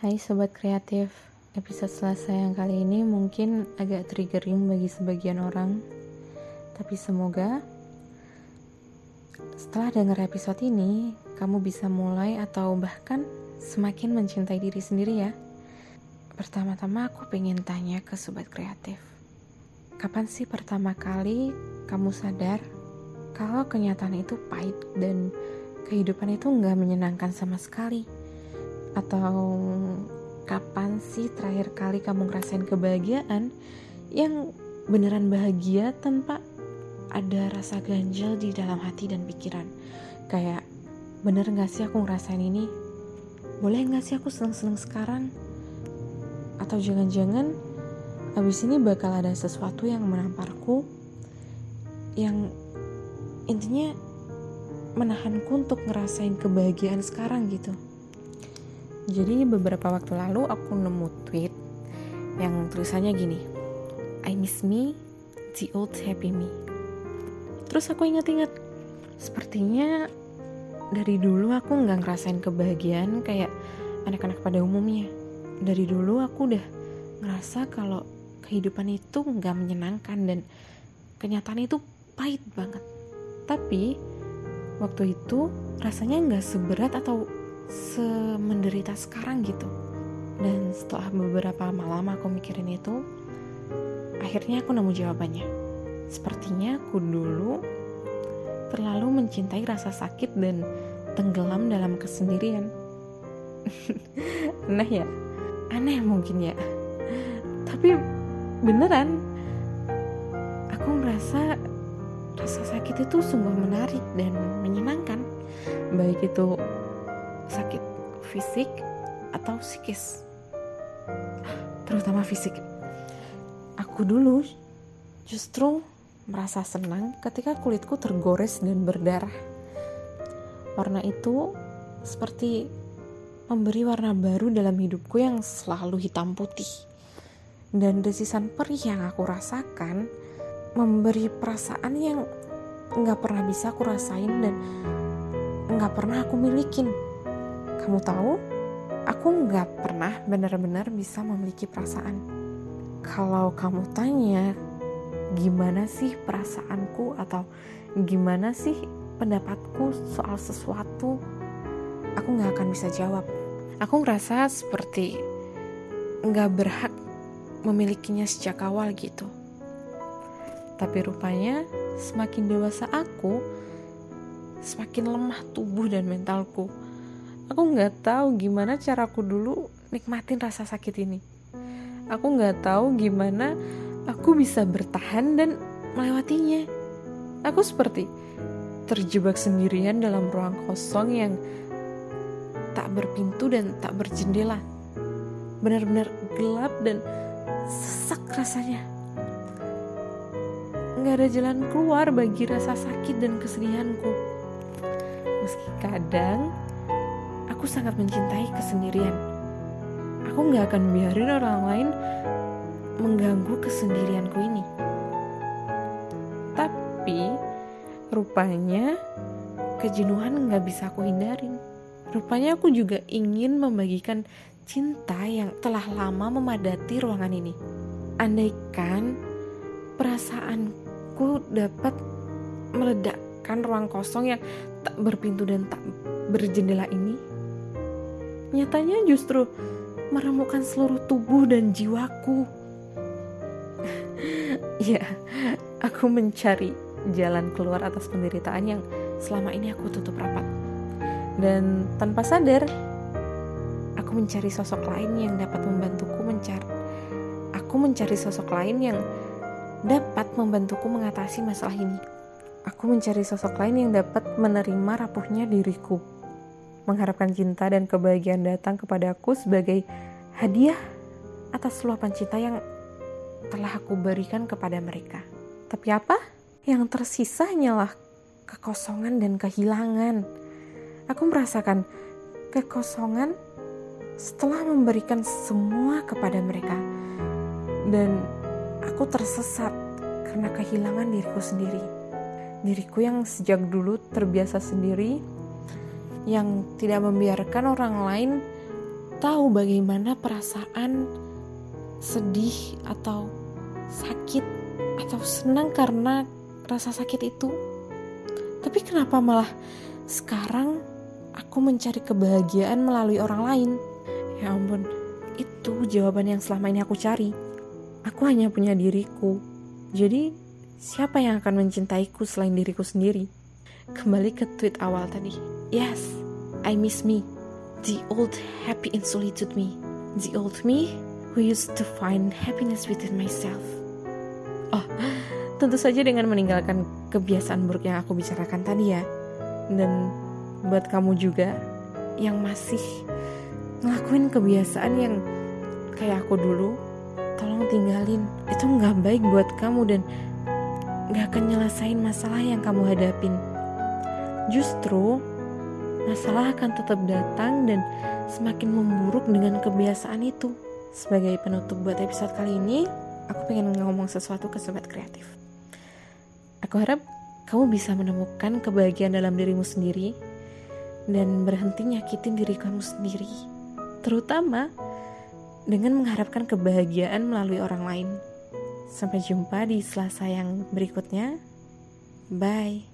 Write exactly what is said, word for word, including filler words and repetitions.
Hai Sobat Kreatif, episode Selasa yang kali ini mungkin agak triggering bagi sebagian orang. Tapi semoga setelah dengar episode ini, kamu bisa mulai atau bahkan semakin mencintai diri sendiri ya. Pertama-tama aku pengen tanya ke Sobat Kreatif. Kapan sih pertama kali kamu sadar kalau kenyataan itu pahit dan kehidupan itu nggak menyenangkan sama sekali? Atau kapan sih terakhir kali kamu ngerasain kebahagiaan yang beneran bahagia tanpa ada rasa ganjel di dalam hati dan pikiran? Kayak, bener gak sih aku ngerasain ini? Boleh gak sih aku seneng-seneng sekarang? Atau jangan-jangan abis ini bakal ada sesuatu yang menamparku, yang intinya menahanku untuk ngerasain kebahagiaan sekarang gitu. Jadi beberapa waktu lalu aku nemu tweet yang tulisannya gini, I miss me, the old happy me. Terus aku ingat-ingat, sepertinya dari dulu aku gak ngerasain kebahagiaan kayak anak-anak pada umumnya. Dari dulu aku udah ngerasa kalau kehidupan itu gak menyenangkan dan kenyataan itu pahit banget. Tapi waktu itu rasanya gak seberat atau semenderita sekarang gitu. Dan setelah beberapa malam aku mikirin itu, akhirnya aku nemu jawabannya. Sepertinya aku dulu terlalu mencintai rasa sakit dan tenggelam dalam kesendirian. Aneh ya? Aneh mungkin ya. Tapi beneran, aku merasa rasa sakit itu sungguh menarik dan menyenangkan. Baik itu sakit fisik atau psikis, terutama fisik. Aku dulu justru merasa senang ketika kulitku tergores dan berdarah. Warna itu seperti memberi warna baru dalam hidupku yang selalu hitam putih. Dan desisan perih yang aku rasakan memberi perasaan yang gak pernah bisa aku rasain dan gak pernah aku milikin. Kamu tahu, aku gak pernah benar-benar bisa memiliki perasaan. Kalau kamu tanya, gimana sih perasaanku atau gimana sih pendapatku soal sesuatu, aku gak akan bisa jawab. Aku ngerasa seperti gak berhak memilikinya sejak awal gitu. Tapi rupanya semakin dewasa aku, semakin lemah tubuh dan mentalku. Aku gak tahu gimana caraku dulu nikmatin rasa sakit ini. Aku gak tahu gimana aku bisa bertahan dan melewatinya. Aku seperti terjebak sendirian dalam ruang kosong yang tak berpintu dan tak berjendela. Benar-benar gelap dan sesak rasanya. Gak ada jalan keluar bagi rasa sakit dan kesedihanku. Meski kadang aku sangat mencintai kesendirian. Aku gak akan biarin orang lain mengganggu kesendirianku ini. Tapi rupanya kejenuhan gak bisa aku hindarin. Rupanya aku juga ingin membagikan cinta yang telah lama memadati ruangan ini. Andaikan perasaanku dapat meledakkan ruang kosong yang tak berpintu dan tak berjendela ini, nyatanya justru meremukkan seluruh tubuh dan jiwaku. Ya, aku mencari jalan keluar atas penderitaan yang selama ini aku tutup rapat. Dan tanpa sadar, aku mencari sosok lain yang dapat membantuku mencari. Aku mencari sosok lain yang dapat membantuku mengatasi masalah ini. Aku mencari sosok lain yang dapat menerima rapuhnya diriku. Mengharapkan cinta dan kebahagiaan datang kepadaku sebagai hadiah atas luapan cinta yang telah aku berikan kepada mereka. Tapi apa? Yang tersisa hanyalah kekosongan dan kehilangan. Aku merasakan kekosongan setelah memberikan semua kepada mereka. Dan aku tersesat karena kehilangan diriku sendiri. Diriku yang sejak dulu terbiasa sendiri, yang tidak membiarkan orang lain tahu bagaimana perasaan sedih atau sakit atau senang karena rasa sakit itu. Tapi kenapa malah sekarang aku mencari kebahagiaan melalui orang lain? Ya ampun, itu jawaban yang selama ini aku cari. Aku hanya punya diriku. Jadi siapa yang akan mencintaiku selain diriku sendiri? Kembali ke tweet awal tadi. Yes, I miss me. The old happy in solitude me. The old me who used to find happiness within myself. Oh, tentu saja dengan meninggalkan kebiasaan buruk yang aku bicarakan tadi ya. Dan buat kamu juga yang masih ngelakuin kebiasaan yang kayak aku dulu, tolong tinggalin. Itu gak baik buat kamu dan gak akan nyelesain masalah yang kamu hadapin. Justru masalah akan tetap datang dan semakin memburuk dengan kebiasaan itu. Sebagai penutup buat episode kali ini, aku pengen ngomong sesuatu ke Sobat Kreatif. Aku harap kamu bisa menemukan kebahagiaan dalam dirimu sendiri dan berhenti nyakitin diri kamu sendiri, terutama dengan mengharapkan kebahagiaan melalui orang lain. Sampai jumpa di Selasa yang berikutnya. Bye.